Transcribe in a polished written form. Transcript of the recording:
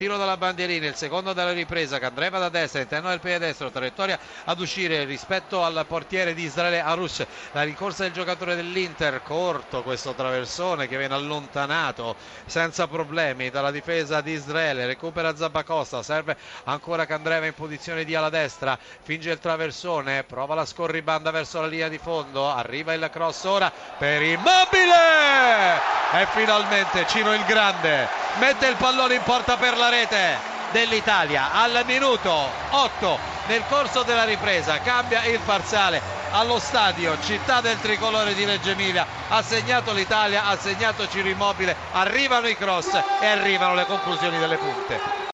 Tiro dalla bandierina, il secondo della ripresa, Candreva da destra, interno del piede destro, traiettoria ad uscire rispetto al portiere di Israele Arush. La rincorsa del giocatore dell'Inter, corto questo traversone che viene allontanato senza problemi dalla difesa di Israele. Recupera Zappacosta, serve ancora Candreva in posizione di ala destra, finge il traversone, prova la scorribanda verso la linea di fondo, arriva il cross ora per Immobile e finalmente Cino il Grande mette il pallone in porta per la rete dell'Italia al minuto 8. Nel corso della ripresa cambia il parziale allo stadio Città del Tricolore di Reggio Emilia. Ha segnato l'Italia, ha segnato Ciro Immobile, arrivano i cross e arrivano le conclusioni delle punte.